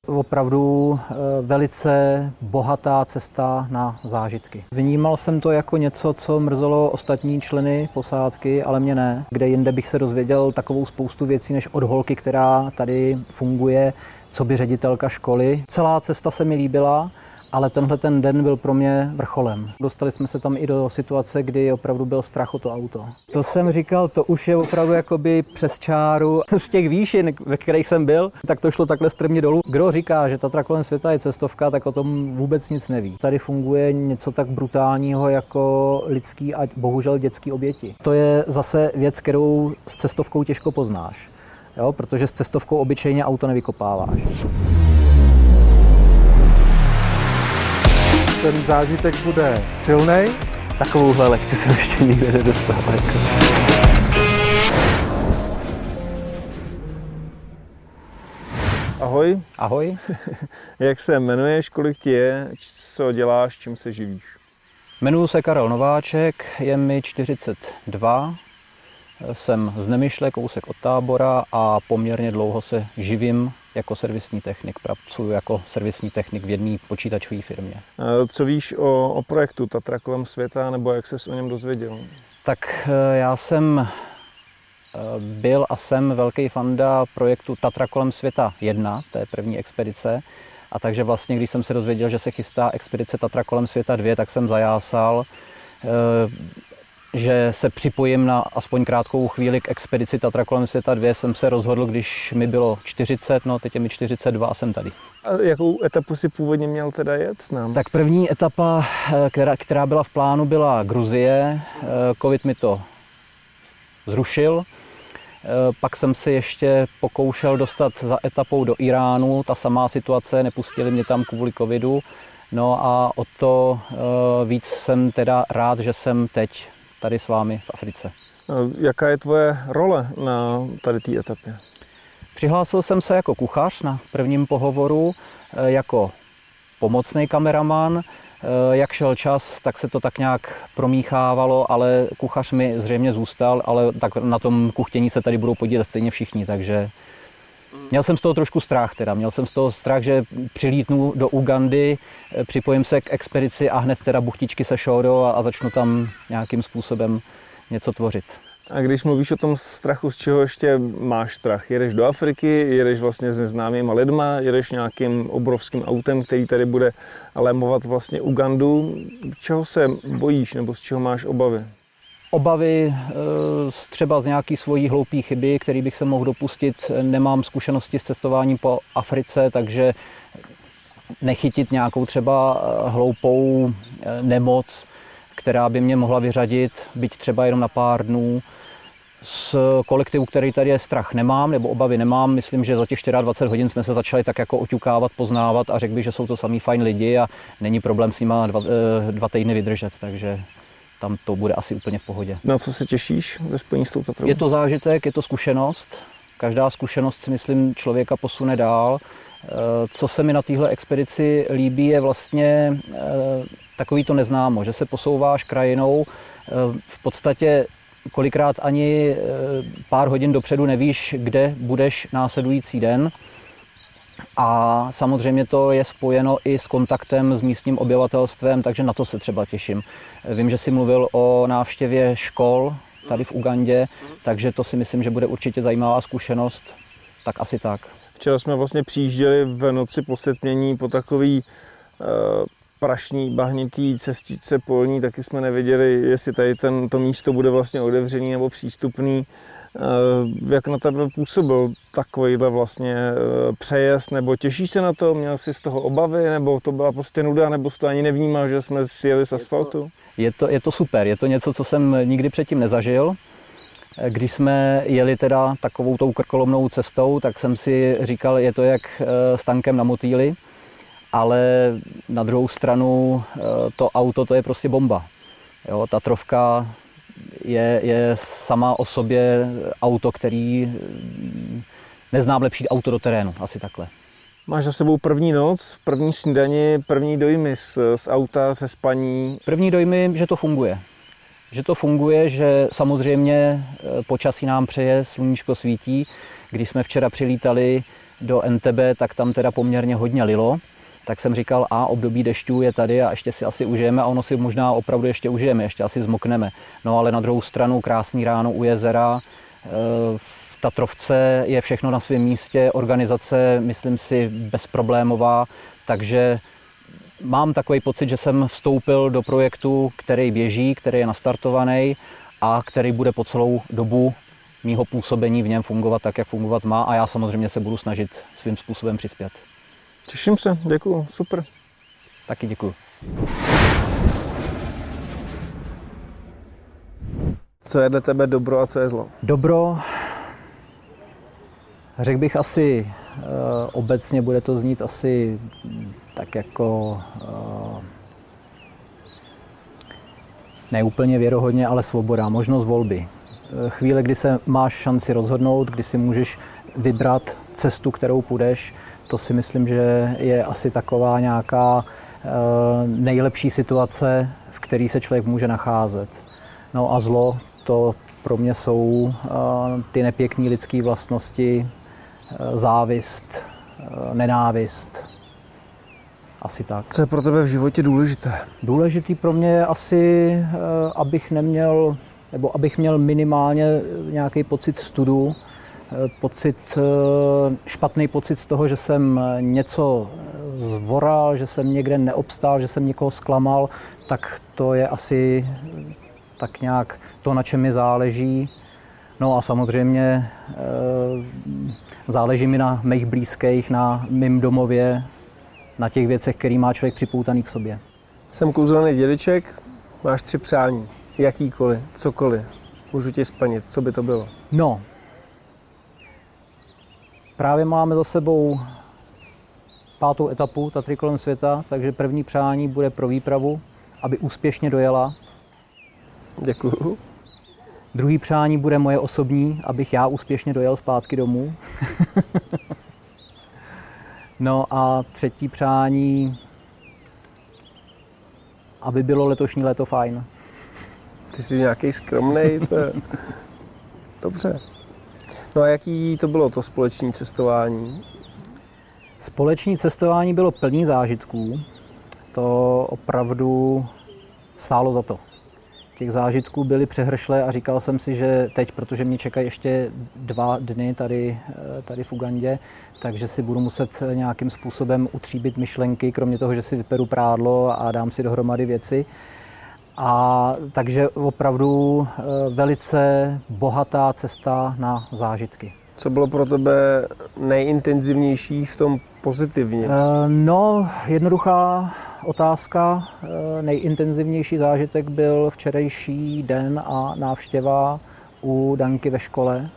Opravdu velice bohatá cesta na zážitky. Vnímal jsem to jako něco, co mrzelo ostatní členy posádky, ale mě ne. Kde jinde bych se dozvěděl takovou spoustu věcí, než od holky, která tady funguje, coby ředitelka školy. Celá cesta se mi líbila, ale tenhle ten den byl pro mě vrcholem. Dostali jsme se tam i do situace, kdy opravdu byl strach o to auto. To jsem říkal, to už je opravdu jakoby přes čáru. Z těch výšin, ve kterých jsem byl, tak to šlo takhle strmě dolů. Kdo říká, že Tatra kolem světa je cestovka, tak o tom vůbec nic neví. Tady funguje něco tak brutálního jako lidský a bohužel dětský oběti. To je zase věc, kterou s cestovkou těžko poznáš, jo? Protože s cestovkou obyčejně auto nevykopáváš. Ten zážitek bude silnej. Takovouhle lekci jsem ještě nikdy nedostal. Ahoj. Ahoj. Jak se jmenuješ, kolik ti je, co děláš, čím se živíš? Jmenuji se Karel Nováček, je mi 42, jsem z Nemyšle, kousek od Tábora a poměrně dlouho se živím jako servisní technik. Pracuji jako servisní technik v jedné počítačové firmě. Co víš o projektu Tatra kolem světa, nebo jak ses o něm dozvěděl? Tak já jsem byl a jsem velký fanda projektu Tatra kolem světa 1, té první expedice. A takže vlastně, když jsem se dozvěděl, že se chystá expedice Tatra kolem světa 2, tak jsem zajásal, že se připojím na aspoň krátkou chvíli k expedici Tatra kolem světa 2. Jsem se rozhodl, když mi bylo 40, no teď je mi 42 a jsem tady. A jakou etapu si původně měl teda jet nám? Tak první etapa, která byla v plánu, byla Gruzie. Covid mi to zrušil. Pak jsem se ještě pokoušel dostat za etapou do Iránu. Ta samá situace, nepustili mě tam kvůli covidu. No a o to víc jsem teda rád, že jsem teď tady s vámi v Africe. Jaká je tvoje role na tady té etapě? Přihlásil jsem se jako kuchař na prvním pohovoru, jako pomocný kameraman. Jak šel čas, tak se to tak nějak promíchávalo, ale kuchař mi zřejmě zůstal, ale tak na tom kuchtění se tady budou podílet stejně všichni, takže měl jsem z toho trošku strach teda. Měl jsem z toho strach, že přilítnu do Ugandy, připojím se k expedici a hned teda buchtičky se šódou a začnu tam nějakým způsobem něco tvořit. A když mluvíš o tom strachu, z čeho ještě máš strach? Jedeš do Afriky, jedeš vlastně s neznámýma lidma, jedeš nějakým obrovským autem, který tady bude lémovat vlastně Ugandu. Čeho se bojíš nebo z čeho máš obavy? Obavy třeba z nějaký svojí hloupý chyby, který bych se mohl dopustit. Nemám zkušenosti s cestováním po Africe, takže nechytit nějakou třeba hloupou nemoc, která by mě mohla vyřadit, byť třeba jenom na pár dnů. Z kolektivu, který tady je, strach nemám, nebo obavy nemám. Myslím, že za těch 24 hodin jsme se začali tak jako oťukávat, poznávat a řekl bych, že jsou to samý fajn lidi a není problém s nima 2 týdny vydržet, takže tam to bude asi úplně v pohodě. Na co se těšíš ve spojení s tou Tatrou? Je to zážitek, je to zkušenost. Každá zkušenost si myslím člověka posune dál. Co se mi na téhle expedici líbí, je vlastně takový to neznámo, že se posouváš krajinou, v podstatě kolikrát ani pár hodin dopředu nevíš, kde budeš následující den. A samozřejmě to je spojeno i s kontaktem s místním obyvatelstvem, takže na to se třeba těším. Vím, že jsi mluvil o návštěvě škol tady v Ugandě, takže to si myslím, že bude určitě zajímavá zkušenost, tak asi tak. Včera jsme vlastně přijížděli v noci po setmění po takový prašní, bahnitý cestičce polní, taky jsme nevěděli, jestli tady to místo bude vlastně otevřený nebo přístupný. Jak na tebe působil takovýhle vlastně přejezd, nebo těšíš se na to, měl jsi z toho obavy, nebo to byla prostě nuda, nebo jsi to ani nevnímal, že jsme sjeli z asfaltu? Je to super, je to něco, co jsem nikdy předtím nezažil. Když jsme jeli teda takovou tou krkolomnou cestou, tak jsem si říkal, je to jak s tankem na motýli, ale na druhou stranu to auto, to je prostě bomba. Jo, Tatrovka je sama o sobě auto, který neznám lepší auto do terénu, asi takhle. Máš za sebou první noc, první snídani, první dojmy z auta, ze spaní? První dojmy, že to funguje. Že to funguje, že samozřejmě počasí nám přeje, sluníčko svítí. Když jsme včera přilítali, do NTB, tak tam teda poměrně hodně lilo. Tak jsem říkal, období dešťů je tady a ještě si asi užijeme a ono si možná opravdu ještě užijeme, ještě asi zmokneme. No ale na druhou stranu krásný ráno u jezera, v Tatrovce je všechno na svém místě, organizace, myslím si, bezproblémová, takže mám takový pocit, že jsem vstoupil do projektu, který běží, který je nastartovaný a který bude po celou dobu mýho působení v něm fungovat tak, jak fungovat má a já samozřejmě se budu snažit svým způsobem přispět. Těším se, děkuju, super. Taky děkuju. Co je dle tebe dobro a co je zlo? Dobro, řekl bych asi obecně, bude to znít asi tak jako neúplně věrohodně, ale svoboda, možnost volby. Chvíle, kdy se máš šanci rozhodnout, kdy si můžeš vybrat cestu, kterou půjdeš, to si myslím, že je asi taková nějaká nejlepší situace, v které se člověk může nacházet. No a zlo, to pro mě jsou ty nepěkné lidské vlastnosti, závist, nenávist. Asi tak. Co je pro tebe v životě důležité? Důležitý pro mě je asi, abych měl minimálně nějaký pocit studu, špatný pocit z toho, že jsem něco zvoral, že jsem někde neobstál, že jsem někoho zklamal, tak to je asi tak nějak to, na čem mi záleží. No a samozřejmě záleží mi na mých blízkých, na mém domově, na těch věcech, který má člověk připoutaný k sobě. Jsem kouzelný dědeček, máš 3 přání, jakýkoliv, cokoliv, můžu ti splnit, co by to bylo? No, právě máme za sebou 5. etapu Tatry kolem světa, takže první přání bude pro výpravu, aby úspěšně dojela. Děkuju. Druhý přání bude moje osobní, abych já úspěšně dojel zpátky domů. No a třetí přání, aby bylo letošní léto fajn. Ty jsi nějaký skromnej, to je... Dobře. No a jaký to bylo to společné cestování? Společné cestování bylo plný zážitků. To opravdu stálo za to. Těch zážitků byly přehršle a říkal jsem si, že teď, protože mě čekají ještě 2 dny tady v Ugandě, takže si budu muset nějakým způsobem utříbit myšlenky, kromě toho, že si vyperu prádlo a dám si dohromady věci. A takže opravdu velice bohatá cesta na zážitky. Co bylo pro tebe nejintenzivnější v tom pozitivně? No, jednoduchá otázka. Nejintenzivnější zážitek byl včerejší den a návštěva u Danky ve škole.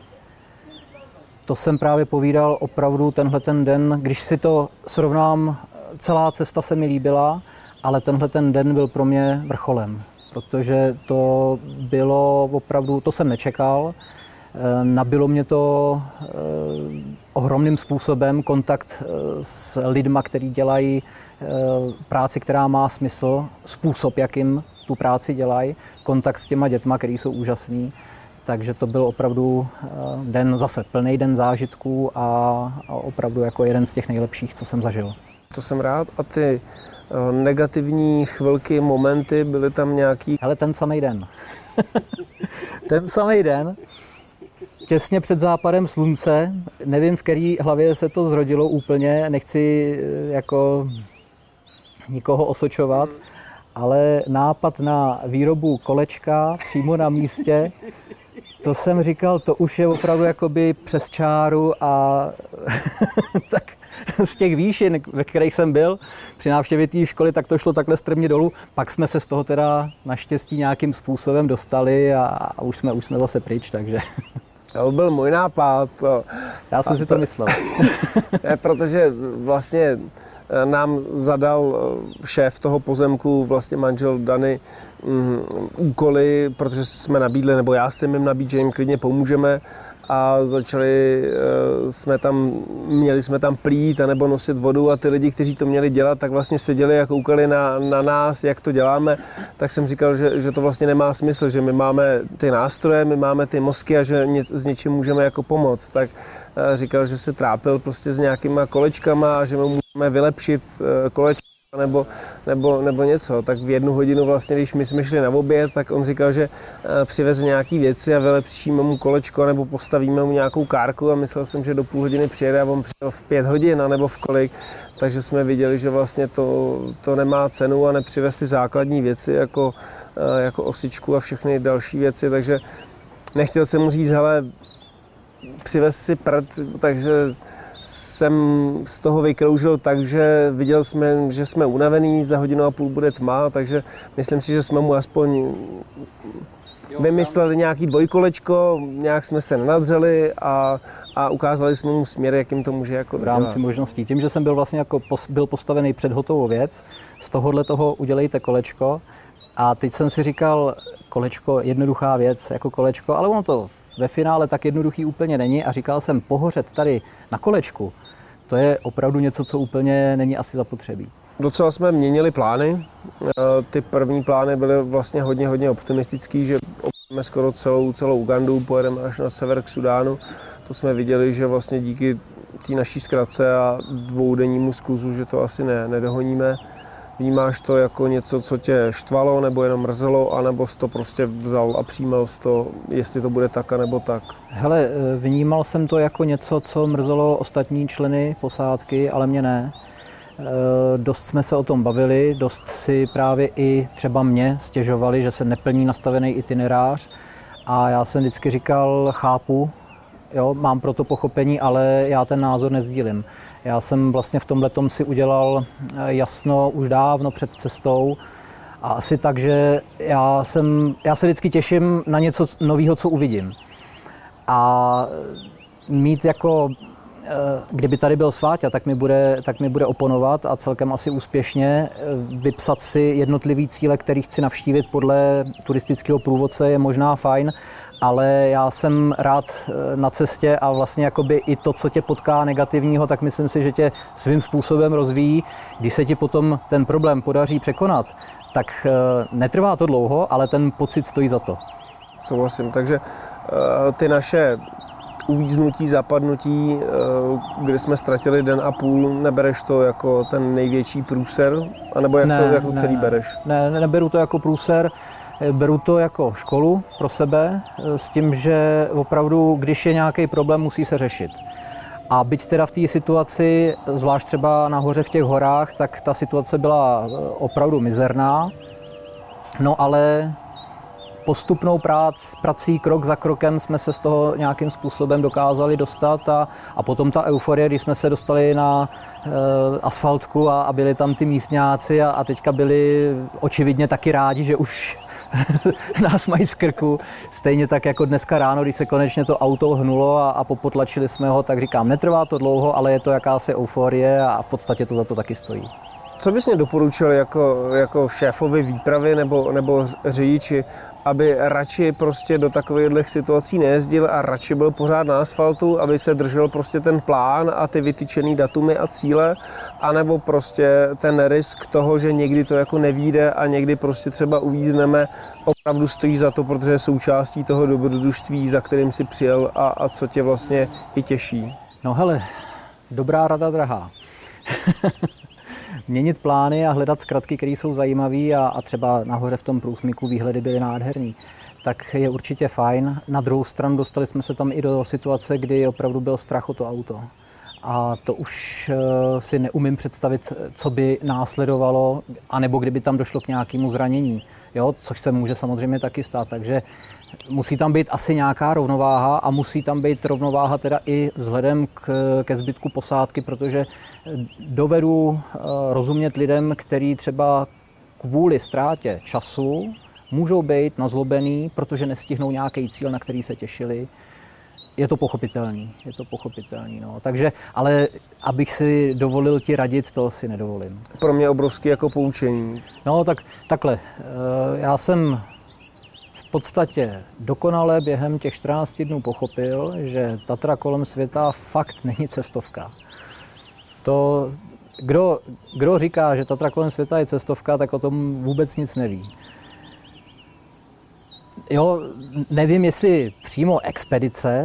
To jsem právě povídal opravdu tenhle ten den, když si to srovnám, celá cesta se mi líbila, ale tenhle ten den byl pro mě vrcholem, protože to bylo opravdu, to jsem nečekal. Nabilo mě to ohromným způsobem, kontakt s lidma, kteří dělají práci, která má smysl, způsob, jakým tu práci dělají, kontakt s těma dětma, který jsou úžasný. Takže to byl opravdu den, zase plný den zážitků a opravdu jako jeden z těch nejlepších, co jsem zažil. To jsem rád. A ty negativní chvilky, momenty, byly tam nějaký? Hele, ten samý den. Ten samý den, těsně před západem slunce, nevím, v který hlavě se to zrodilo úplně, nechci jako nikoho osočovat, ale nápad na výrobu kolečka přímo na místě, to jsem říkal, to už je opravdu jakoby přes čáru a tak z těch výšin, ve kterých jsem byl při návštěvě té školy, tak to šlo takhle strmě dolů. Pak jsme se z toho teda naštěstí nějakým způsobem dostali a už jsme zase pryč, takže... To byl můj nápad. Já jsem si to myslel. Ne, protože vlastně nám zadal šéf toho pozemku, vlastně manžel Dany, úkoly, protože jsme nabídli, nebo já jsem jim nabídl, že jim klidně pomůžeme a měli jsme tam plít anebo nosit vodu a ty lidi, kteří to měli dělat, tak vlastně seděli a koukali na nás, jak to děláme, tak jsem říkal, že to vlastně nemá smysl, že my máme ty nástroje, my máme ty mozky a že s něčím můžeme jako pomoct. Tak říkal, že se trápil prostě s nějakýma kolečkama a že mu můžeme vylepšit kolečka nebo něco. Tak v 1 hodinu vlastně, když my jsme šli na oběd, tak on říkal, že přiveze nějaký věci a vylepšíme mu kolečko nebo postavíme mu nějakou kárku a myslel jsem, že do půl hodiny přijede a on přijel v 5 hodin nebo v kolik. Takže jsme viděli, že vlastně to nemá cenu a nepřivez ty základní věci jako osičku a všechny další věci. Takže nechtěl jsem mu říct, hele, přivez si prd, takže jsem z toho vykroužil tak, že viděl jsme, že jsme unavený, za 1,5 hodiny bude tma, takže myslím si, že jsme mu aspoň vymysleli nějaký dvojkolečko, nějak jsme se nenadřeli a ukázali jsme mu směr, jakým to může jako v rámci možností. Tím, že jsem byl vlastně byl postavený před hotovou věc, z tohohle toho udělejte kolečko a teď jsem si říkal, kolečko, jednoduchá věc jako kolečko, ale ono to ve finále tak jednoduchý úplně není a říkal jsem, pohořet tady na kolečku, to je opravdu něco, co úplně není asi zapotřebí. Docela jsme měnili plány. Ty první plány byly vlastně hodně optimistický, že objedeme skoro celou Ugandu, pojedeme až na sever k Sudánu. To jsme viděli, že vlastně díky té naší zkratce a 2dennímu skluzu, že to asi nedohoníme. Vnímáš to jako něco, co tě štvalo, nebo jenom mrzelo, anebo jsi to prostě vzal a přijímal jsi to, jestli to bude tak, nebo tak? Hele, vnímal jsem to jako něco, co mrzelo ostatní členy posádky, ale mě ne. Dost jsme se o tom bavili, dost si právě i třeba mě stěžovali, že se neplní nastavený itinerář a já jsem vždycky říkal, chápu, jo, mám pro to pochopení, ale já ten názor nezdílím. Já jsem vlastně v tomhletom si udělal jasno už dávno před cestou a asi tak, že já se vždycky těším na něco nového, co uvidím. A mít jako, kdyby tady byl Sváťa, tak mi bude oponovat a celkem asi úspěšně vypsat si jednotlivý cíle, který chci navštívit podle turistického průvodce, je možná fajn, ale já jsem rád na cestě a vlastně jakoby i to, co tě potká negativního, tak myslím si, že tě svým způsobem rozvíjí. Když se ti potom ten problém podaří překonat, tak netrvá to dlouho, ale ten pocit stojí za to. Souhlasím, takže ty naše uvíznutí, zapadnutí, kde jsme ztratili 1,5 den, nebereš to jako ten největší průser? A nebo jak to jako celý bereš? Ne, neberu to jako průser. Beru to jako školu pro sebe s tím, že opravdu, když je nějaký problém, musí se řešit. A byť teda v té situaci, zvlášť třeba nahoře v těch horách, tak ta situace byla opravdu mizerná. No ale postupnou prací, krok za krokem jsme se z toho nějakým způsobem dokázali dostat a potom ta euforie, když jsme se dostali na asfaltku a byli tam ty místňáci a teďka byli očividně taky rádi, že už nás mají z krku. Stejně tak jako dneska ráno, když se konečně to auto hnulo a popotlačili jsme ho, tak říkám, netrvá to dlouho, ale je to jakási euforie a v podstatě to za to taky stojí. Co bys mě doporučil jako šéfovi výpravy nebo řidiči, aby radši prostě do takových situací nejezdil a radši byl pořád na asfaltu, aby se držel prostě ten plán a ty vytyčený datumy a cíle, anebo prostě ten risk toho, že někdy to jako nevyjde a někdy prostě třeba uvízneme, opravdu stojí za to, protože je součástí toho dobrodružství, za kterým si přijel a co tě vlastně i těší. No hele, dobrá rada drahá. Měnit plány a hledat zkratky, které jsou zajímavé a třeba nahoře v tom průsmyku výhledy byly nádherný, tak je určitě fajn. Na druhou stranu dostali jsme se tam i do situace, kdy opravdu byl strach o to auto. A to už si neumím představit, co by následovalo, anebo kdyby tam došlo k nějakému zranění, jo? Což se může samozřejmě taky stát. Takže musí tam být asi nějaká rovnováha a musí tam být rovnováha teda i vzhledem ke zbytku posádky, protože dovedu rozumět lidem, kteří třeba kvůli ztrátě času můžou být nazlobený, protože nestihnou nějaký cíl, na který se těšili. Je to pochopitelný, no. Takže, ale abych si dovolil ti radit, to si nedovolím. Pro mě obrovský jako poučení. No, takhle. Já jsem v podstatě dokonale během těch 14 dnů pochopil, že Tatra kolem světa fakt není cestovka. To, kdo říká, že Tatra kolem světa je cestovka, tak o tom vůbec nic neví. Jo, nevím, jestli přímo expedice,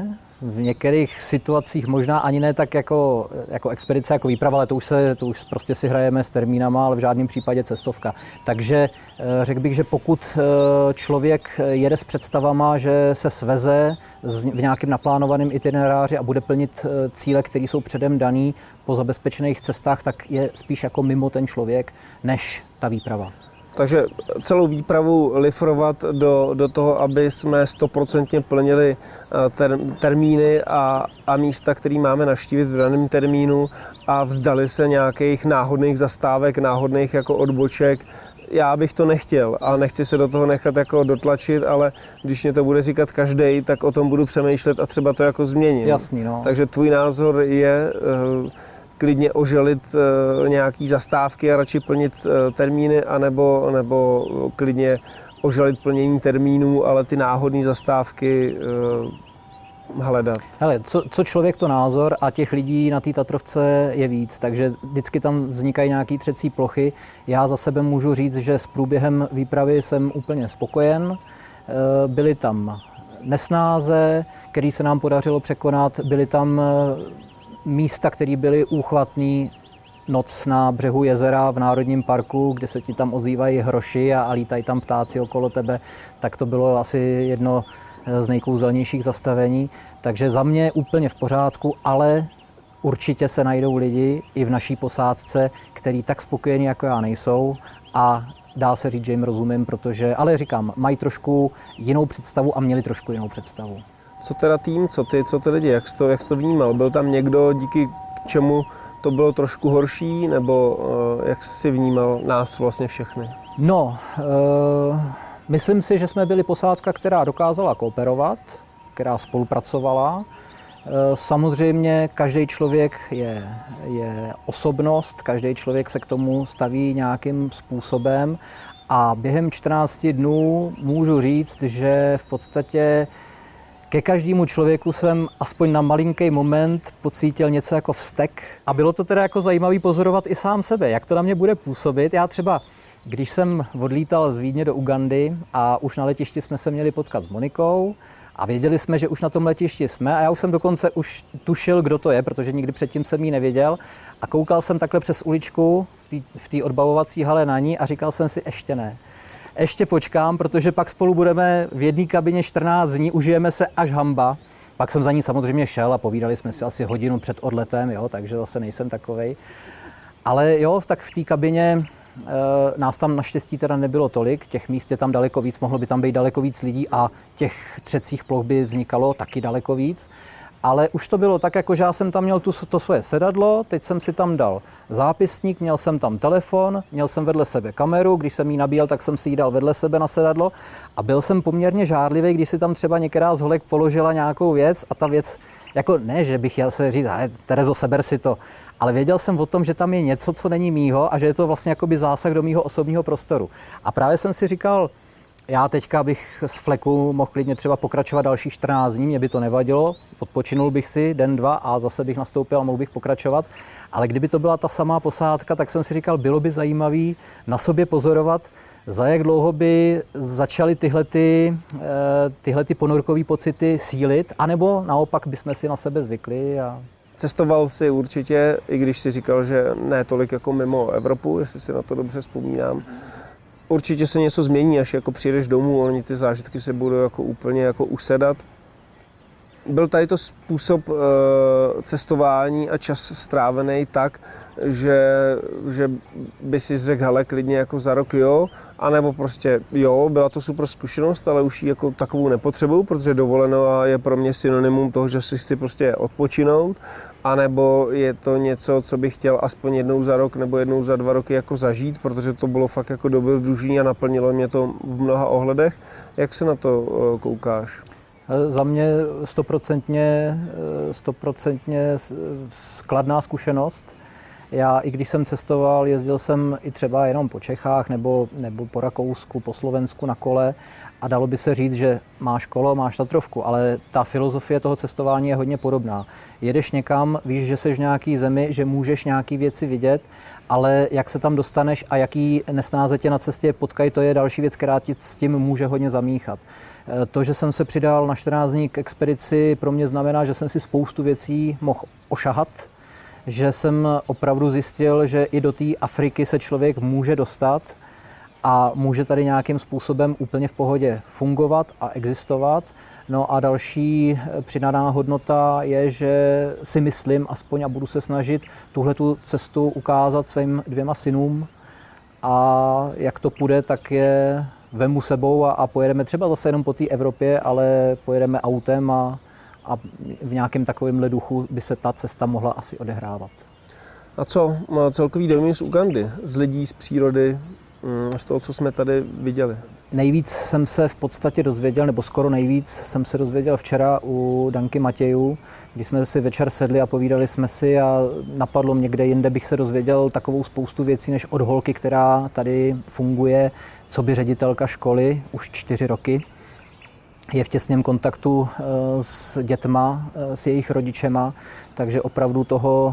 v některých situacích možná ani ne tak jako expedice, jako výprava, ale to už prostě si hrajeme s termínama, ale v žádném případě cestovka. Takže řekl bych, že pokud člověk jede s představama, že se sveze v nějakém naplánovaném itineráři a bude plnit cíle, které jsou předem daný po zabezpečených cestách, tak je spíš jako mimo ten člověk, než ta výprava. Takže celou výpravu lifrovat do toho, aby jsme 100% plnili termíny a místa, které máme navštívit v daném termínu a vzdali se nějakých náhodných zastávek, náhodných jako odboček. Já bych to nechtěl a nechci se do toho nechat jako dotlačit, ale když mě to bude říkat každej, tak o tom budu přemýšlet a třeba to jako změním. Jasný, no. Takže tvůj názor je klidně oželit nějaký zastávky a radši plnit termíny, anebo klidně oželit plnění termínů, ale ty náhodné zastávky hledat. Hele, co člověk, to názor a těch lidí na té Tatrovce je víc, takže vždycky tam vznikají nějaké třecí plochy. Já za sebe můžu říct, že s průběhem výpravy jsem úplně spokojen. Byly tam nesnáze, které se nám podařilo překonat, byly tam místa, které byly úchvatné, noc na břehu jezera v Národním parku, kde se ti tam ozývají hroši a lítají tam ptáci okolo tebe, tak to bylo asi jedno z nejkouzelnějších zastavení. Takže za mě úplně v pořádku, ale určitě se najdou lidi i v naší posádce, kteří tak spokojení jako já nejsou a dá se říct, že jim rozumím, protože, ale říkám, mají trošku jinou představu a měli trošku jinou představu. Co teda tým, co ty lidi, jak jsi to vnímal? Byl tam někdo, díky čemu to bylo trošku horší, nebo jak jsi vnímal nás vlastně všechny? No, myslím si, že jsme byli posádka, která dokázala kooperovat, která spolupracovala. Samozřejmě každý člověk je osobnost, každý člověk se k tomu staví nějakým způsobem a během 14 dnů můžu říct, že v podstatě ke každému člověku jsem aspoň na malinký moment pocítil něco jako vztek. A bylo to teda jako zajímavý pozorovat i sám sebe, jak to na mě bude působit. Já třeba, když jsem odlítal z Vídně do Ugandy a už na letišti jsme se měli potkat s Monikou a věděli jsme, že už na tom letišti jsme a já už jsem dokonce už tušil, kdo to je, protože nikdy předtím jsem ji nevěděl a koukal jsem takhle přes uličku v té odbavovací hale na ní a říkal jsem si, ještě ne. Ještě počkám, protože pak spolu budeme v jedné kabině 14 dní, užijeme se až hamba. Pak jsem za ní samozřejmě šel a povídali jsme si asi hodinu před odletem, jo, takže zase nejsem takovej. Ale jo, tak v té kabině nás tam naštěstí teda nebylo tolik, těch míst je tam daleko víc, mohlo by tam být daleko víc lidí a těch třecích ploch by vznikalo taky daleko víc. Ale už to bylo tak, jako že já jsem tam měl to svoje sedadlo, teď jsem si tam dal zápisník, měl jsem tam telefon, měl jsem vedle sebe kameru, když jsem ji nabíjel, tak jsem si ji dal vedle sebe na sedadlo a byl jsem poměrně žárlivý, když si tam třeba některá z holek položila nějakou věc a ta věc, jako ne, že bych jel se říct, Terezo, seber si to, ale věděl jsem o tom, že tam je něco, co není mýho a že je to vlastně jakoby zásah do mýho osobního prostoru. A právě jsem si říkal, já teďka bych z fleku mohl klidně třeba pokračovat dalších 14 dní, mě by to nevadilo, odpočinul bych si den, dva a zase bych nastoupil a mohl bych pokračovat. Ale kdyby to byla ta samá posádka, tak jsem si říkal, bylo by zajímavý na sobě pozorovat, za jak dlouho by začaly tyhle ponorkové pocity sílit, anebo naopak bychom si na sebe zvykli. Cestoval jsi určitě, i když jsi říkal, že ne tolik jako mimo Evropu, jestli si na to dobře vzpomínám. Určitě se něco změní, až jako přijedeš domů, oni ty zážitky se budou jako úplně jako usedat. Byl tady to způsob cestování a čas strávený tak, že by si řekl, hele, klidně jako za rok jo, anebo prostě jo, byla to super zkušenost, ale už ji jako takovou nepotřebuju, protože dovoleno je pro mě synonymum toho, že si chci prostě odpočinout, anebo je to něco, co bych chtěl aspoň jednou za rok nebo jednou za 2 roky jako zažít, protože to bylo fakt jako dobrodružné a naplnilo mě to v mnoha ohledech. Jak se na to koukáš? Za mě 100% skladná zkušenost. Já, i když jsem cestoval, jezdil jsem i třeba jenom po Čechách nebo po Rakousku, po Slovensku na kole a dalo by se říct, že máš kolo, máš Tatrovku, ale ta filozofie toho cestování je hodně podobná. Jedeš někam, víš, že jsi v nějaký zemi, že můžeš nějaký věci vidět, ale jak se tam dostaneš a jaký nesnáze tě na cestě potkají, to je další věc, která ti s tím může hodně zamíchat. To, že jsem se přidal na 14 dní k expedici, pro mě znamená, že jsem si spoustu věcí mohl ošahat, že jsem opravdu zjistil, že i do té Afriky se člověk může dostat a může tady nějakým způsobem úplně v pohodě fungovat a existovat. No a další přidaná hodnota je, že si myslím aspoň a budu se snažit tuhletu cestu ukázat svým 2 synům a jak to půjde, tak je vemu sebou a pojedeme třeba zase jenom po té Evropě, ale pojedeme autem a v nějakém takovémhle duchu by se ta cesta mohla asi odehrávat. A co celkový dojem z Ugandy, z lidí, z přírody, z toho, co jsme tady viděli? Nejvíc jsem se v podstatě dozvěděl, nebo skoro nejvíc jsem se dozvěděl včera u Danky Matějů, když jsme si večer sedli a povídali jsme si a napadlo mě, kde jinde bych se dozvěděl takovou spoustu věcí, než od holky, která tady funguje, coby ředitelka školy už 4 roky. Je v těsném kontaktu s dětma, s jejich rodičema, takže opravdu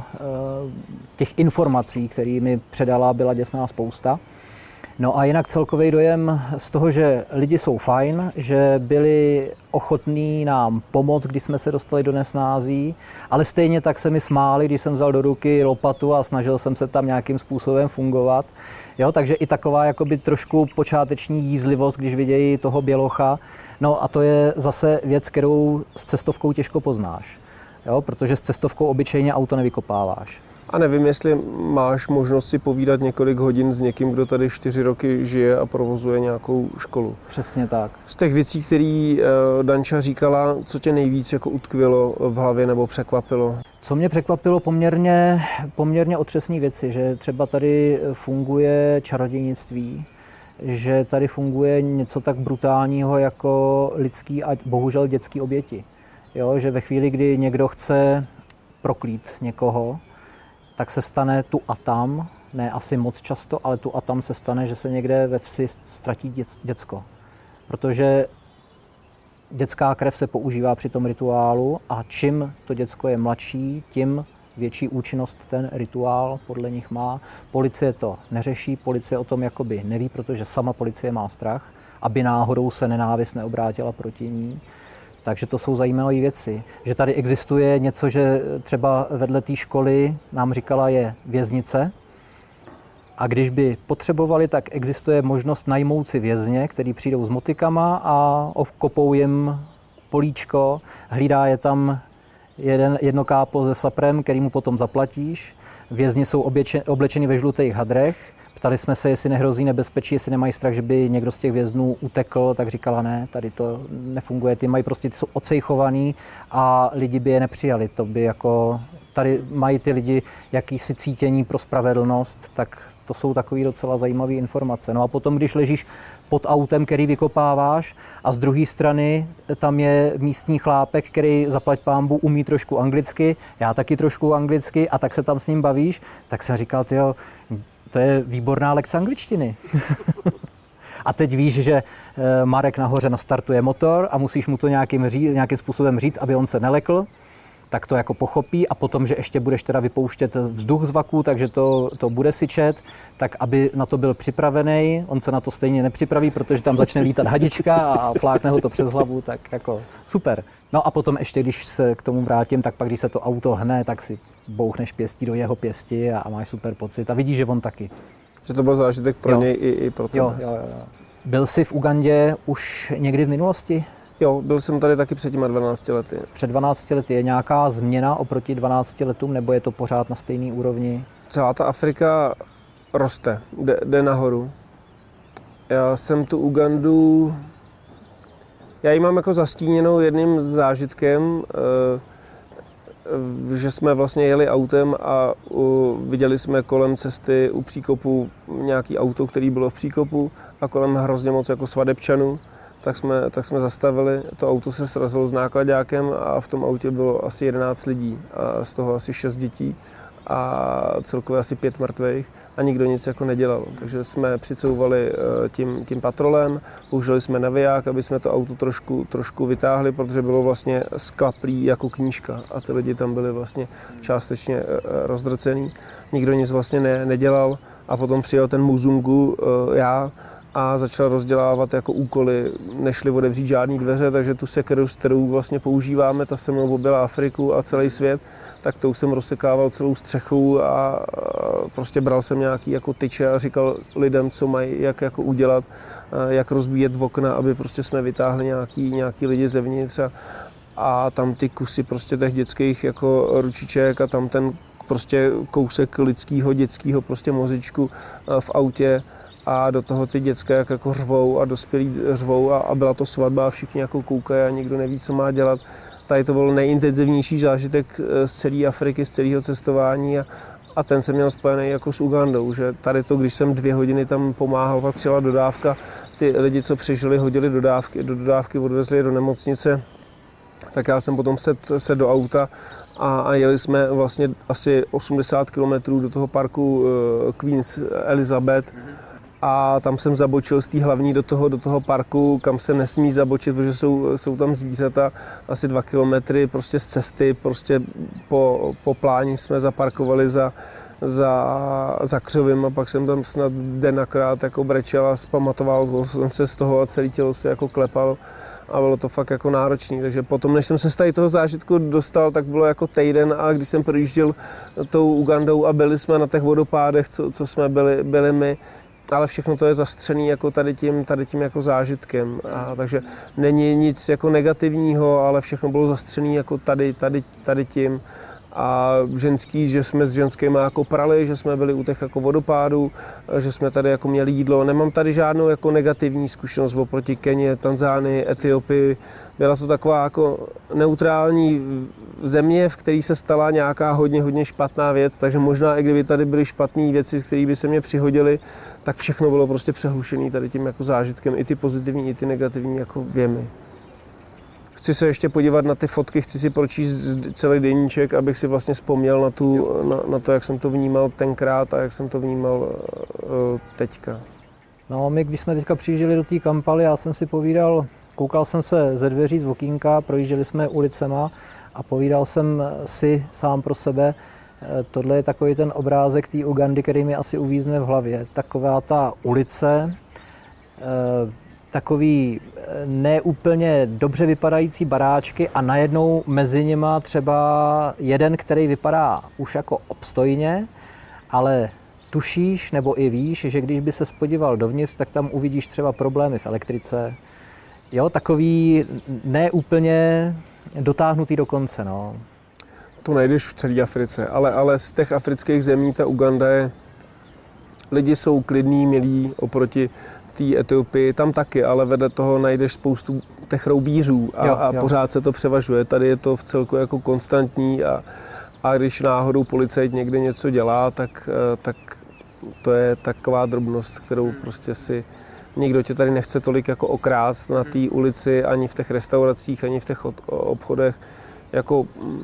těch informací, které mi předala, byla děsná spousta. No a jinak celkový dojem z toho, že lidi jsou fajn, že byli ochotní nám pomoct, když jsme se dostali do nesnází, ale stejně tak se mi smáli, když jsem vzal do ruky lopatu a snažil jsem se tam nějakým způsobem fungovat. Jo, takže i taková jakoby trošku počáteční jízlivost, když vidějí toho bělocha. No a to je zase věc, kterou s cestovkou těžko poznáš, jo, protože s cestovkou obyčejně auto nevykopáváš. A nevím, jestli máš možnost si povídat několik hodin s někým, kdo tady 4 roky žije a provozuje nějakou školu. Přesně tak. Z těch věcí, které Danča říkala, co tě nejvíc jako utkvělo v hlavě nebo překvapilo? Co mě překvapilo, poměrně otřesné věci, že třeba tady funguje čarodějnictví, že tady funguje něco tak brutálního jako lidský a bohužel dětský oběti. Jo, že ve chvíli, kdy někdo chce proklít někoho, tak se stane tu a tam, ne asi moc často, ale tu a tam se stane, že se někde ve vsi ztratí děcko. Protože dětská krev se používá při tom rituálu a čím to děcko je mladší, tím větší účinnost ten rituál podle nich má. Policie to neřeší, policie o tom jakoby neví, protože sama policie má strach, aby náhodou se nenávist neobrátila proti ní. Takže to jsou zajímavé věci. Že tady existuje něco, že třeba vedle té školy nám říkala je věznice a když by potřebovali, tak existuje možnost najmout si vězně, který přijdou s motikama a obkopou jim políčko, hlídá je tam jedno kápo se saprem, který mu potom zaplatíš. Vězni jsou oblečeni ve žlutých hadrech. Ptali jsme se, jestli nehrozí nebezpečí, jestli nemají strach, že by někdo z těch věznů utekl, tak říkala ne, tady to nefunguje, ty jsou odsejchovaný a lidi by je nepřijali. To by jako, tady mají ty lidi jakýsi cítění pro spravedlnost, tak to jsou takové docela zajímavé informace. No a potom, když ležíš pod autem, který vykopáváš a z druhé strany tam je místní chlápek, který zaplať pánbu umí trošku anglicky, já taky trošku anglicky a tak se tam s ním bavíš, tak jsem říkal, tyjo, to je výborná lekce angličtiny. A teď víš, že Marek nahoře nastartuje motor a musíš mu to nějakým způsobem říct, aby on se nelekl, tak to jako pochopí a potom, že ještě budeš teda vypouštět vzduch z vaku, takže to bude syčet, tak aby na to byl připravený, on se na to stejně nepřipraví, protože tam začne lítat hadička a flákne ho to přes hlavu, tak jako super. No a potom ještě, když se k tomu vrátím, tak pak, když se to auto hne, tak si bouchneš pěstí do jeho pěsti a máš super pocit a vidíš, že on taky. Že to byl zážitek pro něj i pro tebe. Jo. Byl jsi v Ugandě už někdy v minulosti? Jo, byl jsem tady taky před těma 12 lety. Před 12 lety je nějaká změna oproti 12 letům, nebo je to pořád na stejné úrovni? Celá ta Afrika roste, jde nahoru. Já jsem tu Ugandu, já ji mám jako zastíněnou jedním zážitkem, že jsme vlastně jeli autem a viděli jsme kolem cesty u příkopu nějaký auto, který bylo v příkopu a kolem hrozně moc jako svadebčanů. Tak jsme zastavili, to auto se srazilo s nákladákem a v tom autě bylo asi 11 lidí a z toho asi 6 dětí a celkově asi 5 mrtvých a nikdo nic jako nedělal. Takže jsme přicouvali tím patrolem, použili jsme naviják, aby jsme to auto trošku vytáhli, protože bylo vlastně sklaplý jako knížka a ty lidi tam byli vlastně částečně rozdrcený. Nikdo nic vlastně nedělal a potom přijel ten Muzungu, já a začal rozdělávat jako úkoly, nešli otevřít žádný dveře, takže tu sekeru, s kterou vlastně používáme, ta se mnou objela Afriku a celý svět, tak tou jsem rozsekával celou střechu a prostě bral jsem nějaký jako tyče a říkal lidem, co mají, jak jako udělat, jak rozbíjet okna, aby prostě jsme vytáhli nějaký lidi zevnitř a tam ty kusy prostě těch dětských jako ručiček a tam ten prostě kousek lidského, dětského prostě mozečku v autě a do toho ty děcka jako řvou a dospělí řvou a byla to svatba a všichni jako koukají a nikdo neví, co má dělat. Tady to byl nejintenzivnější zážitek z celé Afriky, z celého cestování a ten jsem měl spojený jako s Ugandou, že tady to, když jsem 2 hodiny tam pomáhal, pak přijela dodávka, ty lidi, co přežili, hodili do dodávky odvezli je do nemocnice, tak já jsem potom sedl do auta a jeli jsme vlastně asi 80 km do toho parku Queen's Elizabeth a tam jsem zabočil z té hlavní do toho parku, kam se nesmí zabočit, protože jsou tam zvířata asi 2 kilometry prostě z cesty, prostě po pláni jsme zaparkovali za křovím a pak jsem tam snad den akrát jako brečel a zpamatoval jsem se z toho a celé tělo se jako klepalo a bylo to fakt jako náročný, takže potom, než jsem se z toho zážitku dostal, tak bylo jako týden a když jsem projížděl tou Ugandou a byli jsme na těch vodopádech, co jsme byli my, ale všechno to je zastřený jako tady tím jako zážitkem. A takže není nic jako negativního, ale všechno bylo zastřený jako tady tím. A ženský, že jsme s ženskými jako prali, že jsme byli u těch jako vodopádů, že jsme tady jako měli jídlo. Nemám tady žádnou jako negativní zkušenost oproti Keni, Tanzánii, Etiopii. Byla to taková jako neutrální země, v které se stala nějaká hodně špatná věc, takže možná i kdyby tady byly špatné věci, které by se mě přihodily, tak všechno bylo prostě přehlušené tady tím jako zážitkem, i ty pozitivní, i ty negativní jako věmy. Chci se ještě podívat na ty fotky, chci si pročíst celý deníček, abych si vlastně vzpomněl na to, jak jsem to vnímal tenkrát a jak jsem to vnímal teďka. No, my když jsme teďka přijížděli do té Kampaly, já jsem si povídal, koukal jsem se ze dveří z okýnka, projížděli jsme ulicema a povídal jsem si sám pro sebe, tohle je takový ten obrázek té Ugandy, který mi asi uvízne v hlavě. Taková ta ulice, takový neúplně dobře vypadající baráčky a najednou mezi nima třeba jeden, který vypadá už jako obstojně, ale tušíš nebo i víš, že když by se podíval dovnitř, tak tam uvidíš třeba problémy v elektrice. Jo, takový neúplně dotáhnutý do konce. No. To najdeš v celé Africe, ale z těch afrických zemí ta Uganda je, lidi jsou klidní, milí oproti té Etiopii, tam taky, ale vedle toho najdeš spoustu těch roubířů a pořád se to převažuje. Tady je to v celku jako konstantní a když náhodou policajt někde něco dělá, tak to je taková drobnost, kterou prostě si nikdo tě tady nechce tolik jako okrást na té ulici, ani v těch restauracích, ani v těch obchodech. Jako,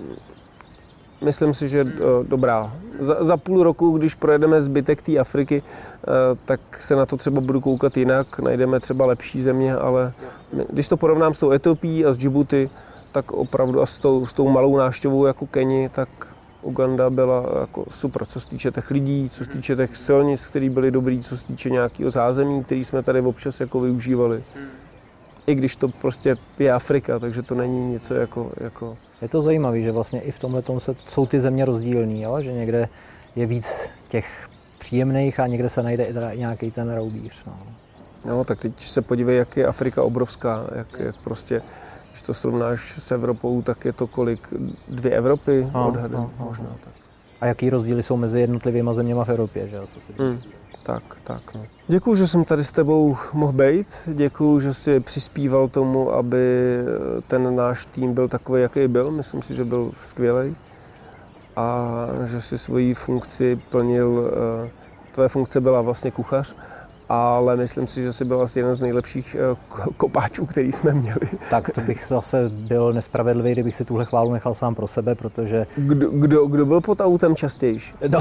myslím si, že dobrá. Za půl roku, když projedeme zbytek té Afriky, tak se na to třeba budu koukat jinak, najdeme třeba lepší země, ale když to porovnám s tou Etiopií a s Djibouti, tak opravdu a s tou malou návštěvou jako Keni, tak Uganda byla jako super, co se týče těch lidí, co se týče těch silnic, které byly dobrý, co se týče nějakého zázemí, který jsme tady občas jako využívali. I když to prostě je Afrika, takže to není něco jako... Je to zajímavé, že vlastně i v tomhletom jsou ty země rozdílný, jo? Že někde je víc těch příjemných a někde se najde i nějaký ten roubíř. No, tak teď se podívej, jak je Afrika obrovská, jak prostě, když to srovnáš s Evropou, tak je to kolik? 2 Evropy odhadem možná. Tak. A jaký rozdíly jsou mezi jednotlivými zeměma v Evropě, že? Co si Tak. No. Děkuju, že jsem tady s tebou mohl být. Děkuju, že jsi přispíval tomu, aby ten náš tým byl takový, jaký byl. Myslím si, že byl skvělý. A že si svoji funkci plnil. Tvoje funkce byla vlastně kuchař, ale myslím si, že jsi byl asi jeden z nejlepších kopáčů, který jsme měli. Tak to bych zase byl nespravedlivý, kdybych si tuhle chválu nechal sám pro sebe, protože... Kdo byl pod autem častější? No.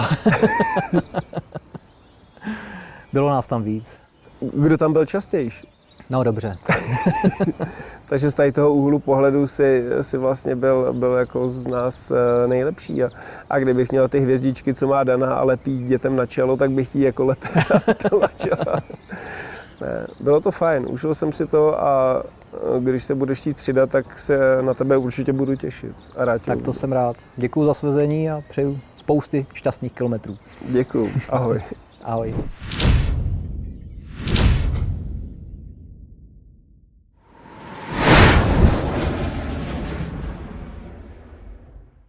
Bylo nás tam víc. Kdo tam byl častější? No dobře. Takže z tady toho úhlu pohledu si vlastně byl jako z nás nejlepší. A kdybych měl ty hvězdičky, co má Dana a lepí dětem na čelo, tak bych jí jako lepil na čelo. Ne, bylo to fajn, užil jsem si to a když se budeš chtít přidat, tak se na tebe určitě budu těšit. A rád tě Tak to jsem rád. Děkuju za svezení a přeju spousty šťastných kilometrů. Děkuju, ahoj. Ahoj.